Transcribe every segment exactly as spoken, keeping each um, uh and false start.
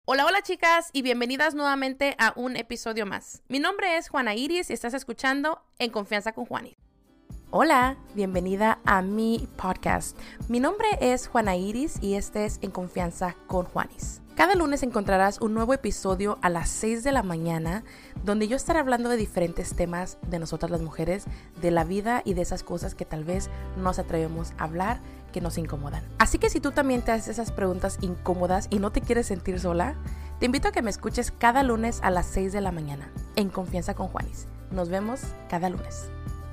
Hola, hola chicas y bienvenidas nuevamente a un episodio más. Mi nombre es Juana Iris y estás escuchando En Confianza con Juanis. Hola, bienvenida a mi podcast. Mi nombre es Juana Iris y este es En Confianza con Juanis. Cada lunes encontrarás un nuevo episodio a las seis de la mañana donde yo estaré hablando de diferentes temas de nosotras las mujeres, de la vida y de esas cosas que tal vez no nos atrevemos a hablar, que nos incomodan. Así que si tú también te haces esas preguntas incómodas y no te quieres sentir sola, te invito a que me escuches cada lunes a las seis de la mañana en Confianza con Juanis. Nos vemos cada lunes.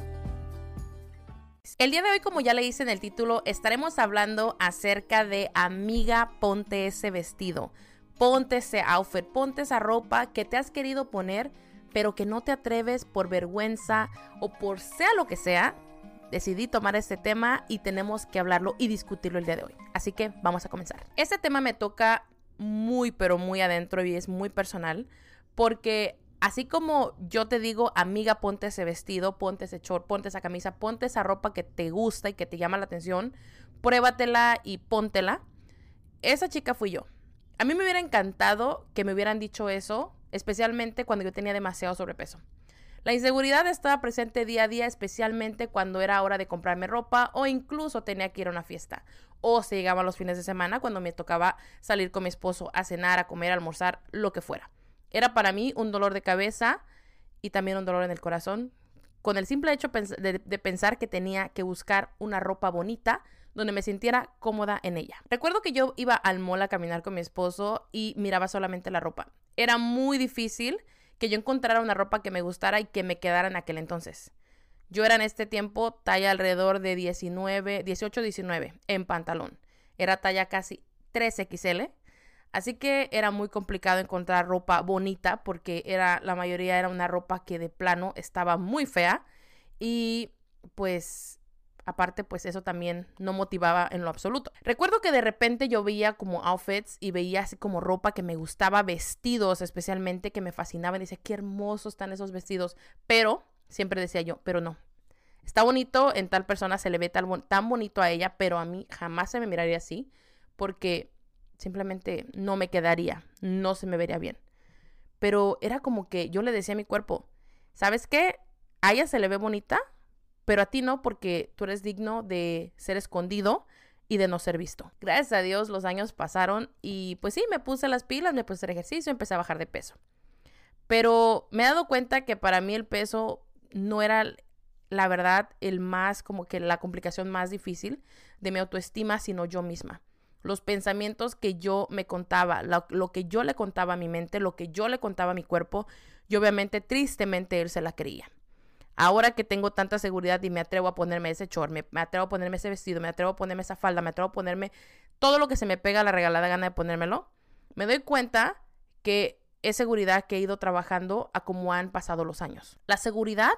El día de hoy, como ya le hice en el título, estaremos hablando acerca de amiga, ponte ese vestido, ponte ese outfit, ponte esa ropa que te has querido poner, pero que no te atreves por vergüenza o por sea lo que sea. Decidí tomar este tema y tenemos que hablarlo y discutirlo el día de hoy. Así que vamos a comenzar. Este tema me toca muy, pero muy adentro y es muy personal porque así como yo te digo, amiga, ponte ese vestido, ponte ese short, ponte esa camisa, ponte esa ropa que te gusta y que te llama la atención, pruébatela y póntela. Esa chica fui yo. A mí me hubiera encantado que me hubieran dicho eso, especialmente cuando yo tenía demasiado sobrepeso. La inseguridad estaba presente día a día, especialmente cuando era hora de comprarme ropa o incluso tenía que ir a una fiesta. O se llegaban los fines de semana cuando me tocaba salir con mi esposo a cenar, a comer, a almorzar, lo que fuera. Era para mí un dolor de cabeza y también un dolor en el corazón, con el simple hecho de, de pensar que tenía que buscar una ropa bonita donde me sintiera cómoda en ella. Recuerdo que yo iba al mall a caminar con mi esposo y miraba solamente la ropa. Era muy difícil que yo encontrara una ropa que me gustara y que me quedara en aquel entonces. Yo era en este tiempo talla alrededor de diecinueve, dieciocho, diecinueve en pantalón. Era talla casi tres equis ele. Así que era muy complicado encontrar ropa bonita porque era, la mayoría era una ropa que de plano estaba muy fea y pues aparte pues eso también no motivaba en lo absoluto. Recuerdo que de repente yo veía como outfits y veía así como ropa que me gustaba, vestidos especialmente que me fascinaban y decía qué hermosos están esos vestidos, pero siempre decía yo, pero no. Está bonito, en tal persona se le ve tan, tan bonito a ella, pero a mí jamás se me miraría así porque simplemente no me quedaría, no se me vería bien. Pero era como que yo le decía a mi cuerpo, ¿sabes qué? A ella se le ve bonita, pero a ti no, porque tú eres digno de ser escondido y de no ser visto. Gracias a Dios los años pasaron y pues sí, me puse las pilas, me puse a hacer ejercicio, empecé a bajar de peso. Pero me he dado cuenta que para mí el peso no era, la verdad, el más, como que la complicación más difícil de mi autoestima, sino yo misma. Los pensamientos que yo me contaba, lo, lo que yo le contaba a mi mente, lo que yo le contaba a mi cuerpo, y obviamente, tristemente, él se la creía. Ahora que tengo tanta seguridad y me atrevo a ponerme ese short, me, me atrevo a ponerme ese vestido, me atrevo a ponerme esa falda, me atrevo a ponerme todo lo que se me pega a la regalada gana de ponérmelo, me doy cuenta que es seguridad que he ido trabajando a como han pasado los años. La seguridad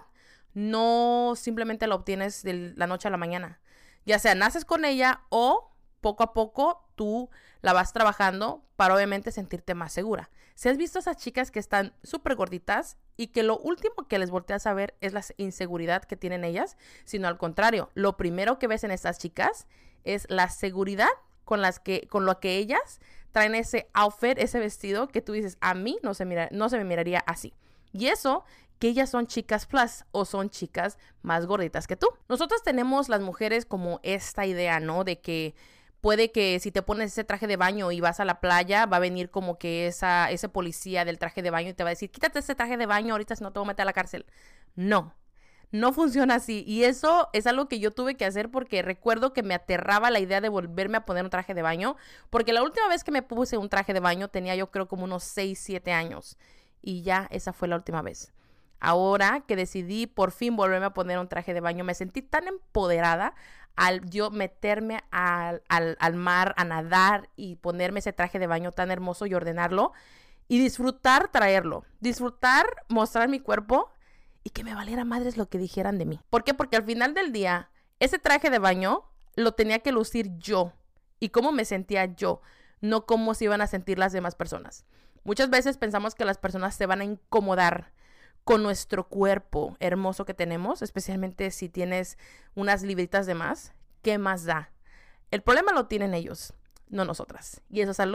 no simplemente la obtienes de la noche a la mañana. Ya sea naces con ella o poco a poco tú la vas trabajando para obviamente sentirte más segura. Si has visto a esas chicas que están súper gorditas y que lo último que les volteas a ver es la inseguridad que tienen ellas, sino al contrario, lo primero que ves en estas chicas es la seguridad con, las que, con lo que ellas traen ese outfit, ese vestido que tú dices, a mí no se, mira, no se me miraría así. Y eso que ellas son chicas plus o son chicas más gorditas que tú. Nosotros tenemos las mujeres como esta idea, ¿no? De que puede que si te pones ese traje de baño y vas a la playa, va a venir como que esa, ese policía del traje de baño y te va a decir, quítate ese traje de baño ahorita si no te voy a meter a la cárcel. No, no funciona así. Y eso es algo que yo tuve que hacer porque recuerdo que me aterraba la idea de volverme a poner un traje de baño. Porque la última vez que me puse un traje de baño tenía yo creo como unos seis, siete años. Y ya esa fue la última vez. Ahora que decidí por fin volverme a poner un traje de baño, me sentí tan empoderada al yo meterme al, al, al mar a nadar y ponerme ese traje de baño tan hermoso y ordenarlo y disfrutar traerlo, disfrutar mostrar mi cuerpo y que me valiera madres lo que dijeran de mí. ¿Por qué? Porque al final del día ese traje de baño lo tenía que lucir yo y cómo me sentía yo, no cómo se iban a sentir las demás personas. Muchas veces pensamos que las personas se van a incomodar con nuestro cuerpo hermoso que tenemos, especialmente si tienes unas libritas de más. ¿Qué más da? El problema lo tienen ellos, no nosotras. Y eso es algo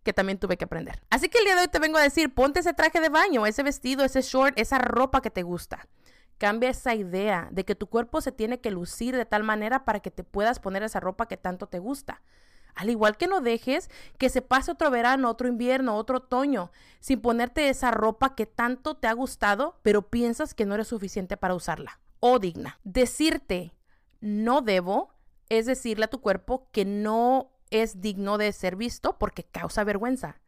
que también tuve que aprender. Así que el día de hoy te vengo a decir, ponte ese traje de baño, ese vestido, ese short, esa ropa que te gusta. Cambia esa idea de que tu cuerpo se tiene que lucir de tal manera para que te puedas poner esa ropa que tanto te gusta. Al igual que no dejes que se pase otro verano, otro invierno, otro otoño, sin ponerte esa ropa que tanto te ha gustado, pero piensas que no eres suficiente para usarla o digna. Decirte no debo es decirle a tu cuerpo que no es digno de ser visto porque causa vergüenza.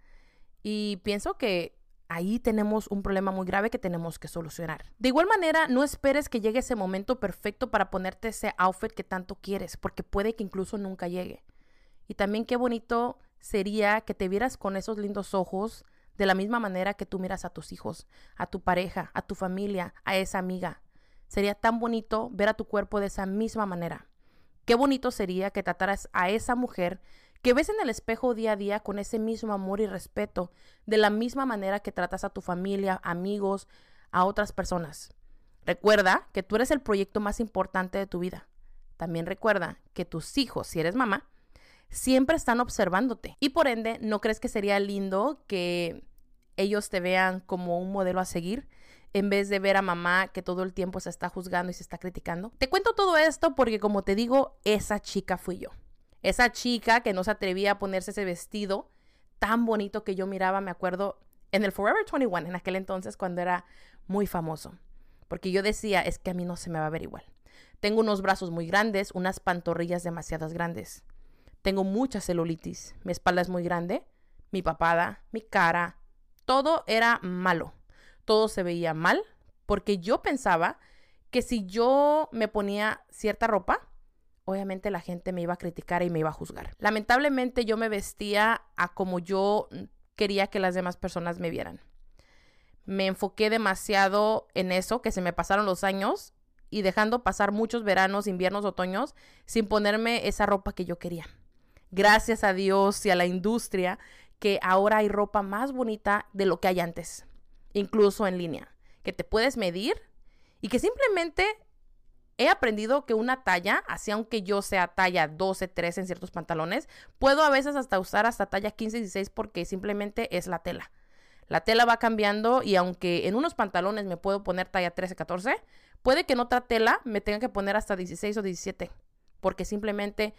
Y pienso que ahí tenemos un problema muy grave que tenemos que solucionar. De igual manera, no esperes que llegue ese momento perfecto para ponerte ese outfit que tanto quieres, porque puede que incluso nunca llegue. Y también qué bonito sería que te vieras con esos lindos ojos de la misma manera que tú miras a tus hijos, a tu pareja, a tu familia, a esa amiga. Sería tan bonito ver a tu cuerpo de esa misma manera. Qué bonito sería que trataras a esa mujer que ves en el espejo día a día con ese mismo amor y respeto, de la misma manera que tratas a tu familia, amigos, a otras personas. Recuerda que tú eres el proyecto más importante de tu vida. También recuerda que tus hijos, si eres mamá, siempre están observándote. Y por ende, ¿no crees que sería lindo que ellos te vean como un modelo a seguir, en vez de ver a mamá que todo el tiempo se está juzgando y se está criticando? Te cuento todo esto porque, como te digo, esa chica fui yo. Esa chica que no se atrevía a ponerse ese vestido tan bonito que yo miraba, me acuerdo, en el Forever veintiuno, en aquel entonces cuando era muy famoso. Porque yo decía, es que a mí no se me va a ver igual. Tengo unos brazos muy grandes, unas pantorrillas demasiado grandes. Tengo mucha celulitis, mi espalda es muy grande, mi papada, mi cara, todo era malo. Todo se veía mal porque yo pensaba que si yo me ponía cierta ropa, obviamente la gente me iba a criticar y me iba a juzgar. Lamentablemente yo me vestía a como yo quería que las demás personas me vieran. Me enfoqué demasiado en eso, que se me pasaron los años y dejando pasar muchos veranos, inviernos, otoños, sin ponerme esa ropa que yo quería. Gracias a Dios y a la industria que ahora hay ropa más bonita de lo que hay antes, incluso en línea, que te puedes medir y que simplemente he aprendido que una talla, así aunque yo sea talla doce, trece en ciertos pantalones, puedo a veces hasta usar hasta talla quince, dieciséis porque simplemente es la tela. La tela va cambiando y aunque en unos pantalones me puedo poner talla trece, catorce, puede que en otra tela me tenga que poner hasta dieciséis o diecisiete porque simplemente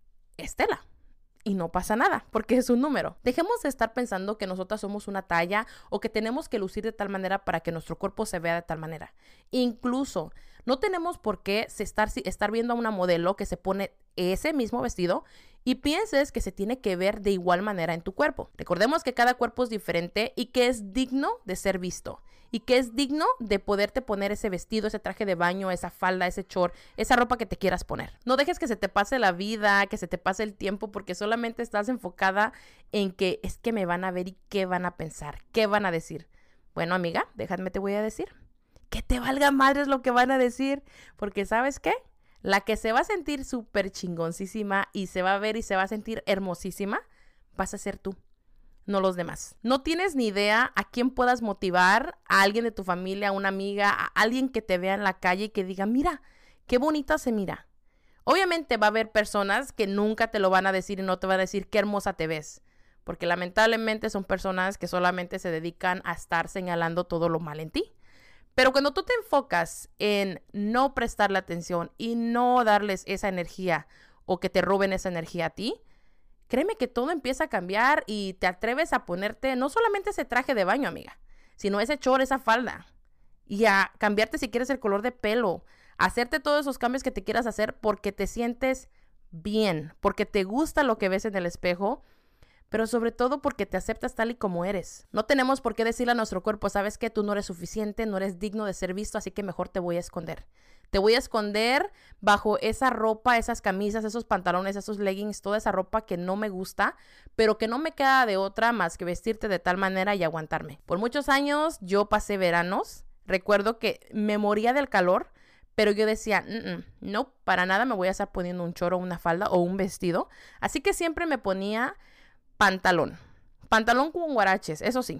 es tela. Y no pasa nada, porque es un número. Dejemos de estar pensando que nosotras somos una talla o que tenemos que lucir de tal manera para que nuestro cuerpo se vea de tal manera. Incluso, no tenemos por qué estar, estar viendo a una modelo que se pone ese mismo vestido y pienses que se tiene que ver de igual manera en tu cuerpo. Recordemos que cada cuerpo es diferente y que es digno de ser visto. Y que es digno de poderte poner ese vestido, ese traje de baño, esa falda, ese short, esa ropa que te quieras poner. No dejes que se te pase la vida, que se te pase el tiempo, porque solamente estás enfocada en que es que me van a ver y qué van a pensar, qué van a decir. Bueno, amiga, déjame te voy a decir. Que te valga madres lo que van a decir, porque ¿sabes qué? La que se va a sentir súper chingoncísima y se va a ver y se va a sentir hermosísima, vas a ser tú. No los demás. No tienes ni idea a quién puedas motivar, a alguien de tu familia, a una amiga, a alguien que te vea en la calle y que diga, mira, qué bonita se mira. Obviamente va a haber personas que nunca te lo van a decir y no te van a decir qué hermosa te ves. Porque lamentablemente son personas que solamente se dedican a estar señalando todo lo mal en ti. Pero cuando tú te enfocas en no prestarle atención y no darles esa energía o que te roben esa energía a ti, créeme que todo empieza a cambiar y te atreves a ponerte no solamente ese traje de baño, amiga, sino ese short, esa falda. Y a cambiarte si quieres el color de pelo, a hacerte todos esos cambios que te quieras hacer porque te sientes bien, porque te gusta lo que ves en el espejo, pero sobre todo porque te aceptas tal y como eres. No tenemos por qué decirle a nuestro cuerpo, sabes que tú no eres suficiente, no eres digno de ser visto, así que mejor te voy a esconder. Te voy a esconder bajo esa ropa, esas camisas, esos pantalones, esos leggings, toda esa ropa que no me gusta, pero que no me queda de otra más que vestirte de tal manera y aguantarme. Por muchos años yo pasé veranos, recuerdo que me moría del calor, pero yo decía, no, para nada me voy a estar poniendo un choro, una falda o un vestido. Así que siempre me ponía pantalón, pantalón con guaraches, eso sí,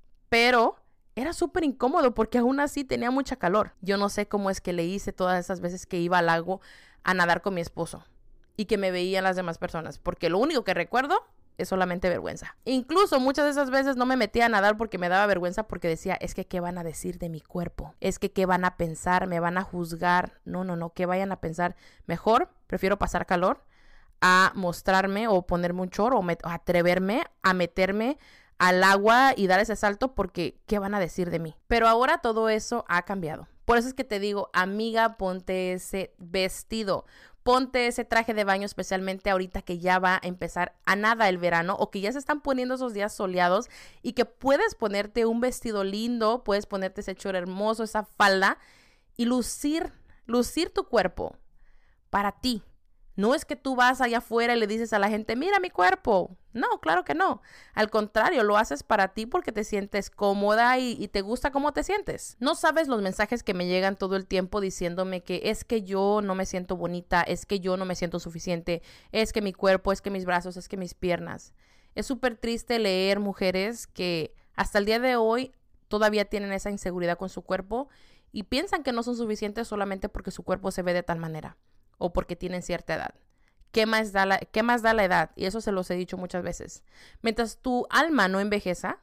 pero era súper incómodo porque aún así tenía mucha calor. Yo no sé cómo es que le hice todas esas veces que iba al lago a nadar con mi esposo y que me veían las demás personas, porque lo único que recuerdo es solamente vergüenza. Incluso muchas de esas veces no me metía a nadar porque me daba vergüenza, porque decía, es que ¿qué van a decir de mi cuerpo? Es que ¿qué van a pensar? ¿Me van a juzgar? No, no, no, ¿qué vayan a pensar? Mejor prefiero pasar calor a mostrarme o ponerme un short o, met- o atreverme a meterme al agua y dar ese salto, porque ¿qué van a decir de mí? Pero ahora todo eso ha cambiado. Por eso es que te digo, amiga, ponte ese vestido, ponte ese traje de baño, especialmente ahorita que ya va a empezar a nada el verano o que ya se están poniendo esos días soleados y que puedes ponerte un vestido lindo, puedes ponerte ese short hermoso, esa falda y lucir, lucir tu cuerpo para ti. No es que tú vas allá afuera y le dices a la gente, mira mi cuerpo. No, claro que no. Al contrario, lo haces para ti porque te sientes cómoda y, y te gusta cómo te sientes. No sabes los mensajes que me llegan todo el tiempo diciéndome que es que yo no me siento bonita, es que yo no me siento suficiente, es que mi cuerpo, es que mis brazos, es que mis piernas. Es súper triste leer mujeres que hasta el día de hoy todavía tienen esa inseguridad con su cuerpo y piensan que no son suficientes solamente porque su cuerpo se ve de tal manera o porque tienen cierta edad. ¿Qué más da la, qué más da la edad? Y eso se los he dicho muchas veces. Mientras tu alma no envejeza,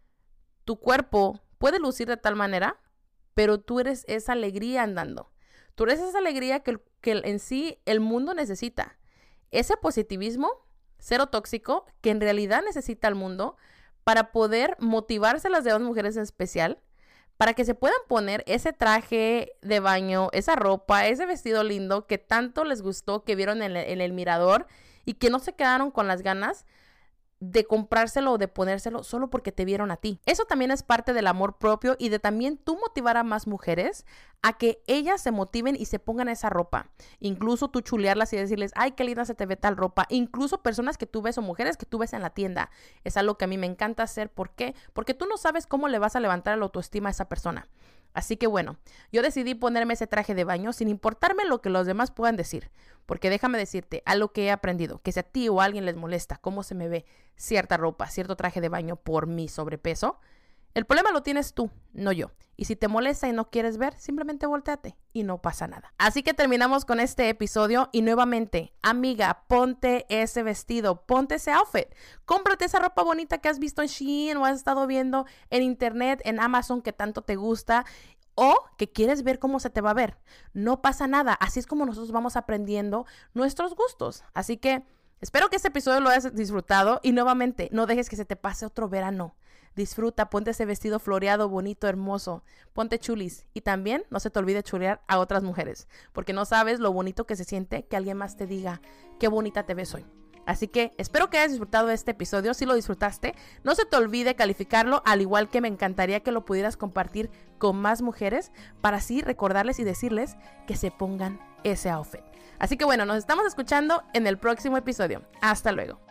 tu cuerpo puede lucir de tal manera, pero tú eres esa alegría andando. Tú eres esa alegría que, que en sí el mundo necesita. Ese positivismo, cero tóxico, que en realidad necesita el mundo para poder motivarse a las demás mujeres en especial, para que se puedan poner ese traje de baño, esa ropa, ese vestido lindo que tanto les gustó, que vieron en el, en el mirador y que no se quedaron con las ganas de comprárselo o de ponérselo solo porque te vieron a ti. Eso también es parte del amor propio y de también tú motivar a más mujeres a que ellas se motiven y se pongan esa ropa. Incluso tú chulearlas y decirles, ay, qué linda se te ve tal ropa. Incluso personas que tú ves o mujeres que tú ves en la tienda. Es algo que a mí me encanta hacer. ¿Por qué? Porque tú no sabes cómo le vas a levantar la autoestima a esa persona. Así que bueno, yo decidí ponerme ese traje de baño sin importarme lo que los demás puedan decir. Porque déjame decirte algo que he aprendido, que si a ti o a alguien les molesta cómo se me ve cierta ropa, cierto traje de baño por mi sobrepeso, el problema lo tienes tú, no yo. Y si te molesta y no quieres ver, simplemente volteate y no pasa nada. Así que terminamos con este episodio y nuevamente, amiga, ponte ese vestido, ponte ese outfit. Cómprate esa ropa bonita que has visto en Shein o has estado viendo en internet, en Amazon, que tanto te gusta o que quieres ver cómo se te va a ver. No pasa nada, así es como nosotros vamos aprendiendo nuestros gustos. Así que espero que este episodio lo hayas disfrutado y nuevamente, no dejes que se te pase otro verano. Disfruta, ponte ese vestido floreado, bonito, hermoso, ponte chulis y también no se te olvide chulear a otras mujeres, porque no sabes lo bonito que se siente que alguien más te diga qué bonita te ves hoy. Así que espero que hayas disfrutado de este episodio. Si lo disfrutaste, no se te olvide calificarlo, al igual que me encantaría que lo pudieras compartir con más mujeres para así recordarles y decirles que se pongan ese outfit. Así que bueno, nos estamos escuchando en el próximo episodio. Hasta luego.